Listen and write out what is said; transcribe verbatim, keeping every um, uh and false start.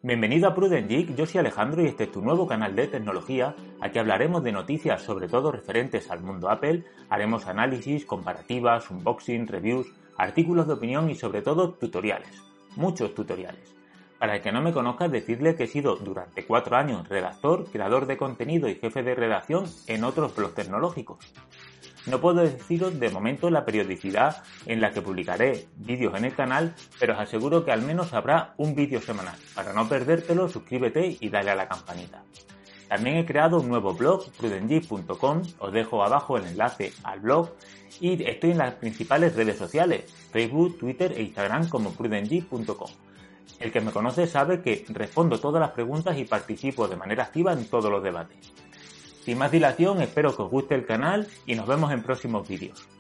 Bienvenido a Prudent Geek, yo soy Alejandro y este es tu nuevo canal de tecnología. Aquí hablaremos de noticias sobre todo referentes al mundo Apple, haremos análisis, comparativas, unboxing, reviews, artículos de opinión y sobre todo tutoriales, muchos tutoriales. Para el que no me conozca, decirle que he sido durante cuatro años redactor, creador de contenido y jefe de redacción en otros blogs tecnológicos. No puedo deciros de momento la periodicidad en la que publicaré vídeos en el canal, pero os aseguro que al menos habrá un vídeo semanal. Para no perdértelo, suscríbete y dale a la campanita. También he creado un nuevo blog, prudent geek punto com, os dejo abajo el enlace al blog y estoy en las principales redes sociales, Facebook, Twitter e Instagram como prudent geek punto com. El que me conoce sabe que respondo todas las preguntas y participo de manera activa en todos los debates. Sin más dilación, espero que os guste el canal y nos vemos en próximos vídeos.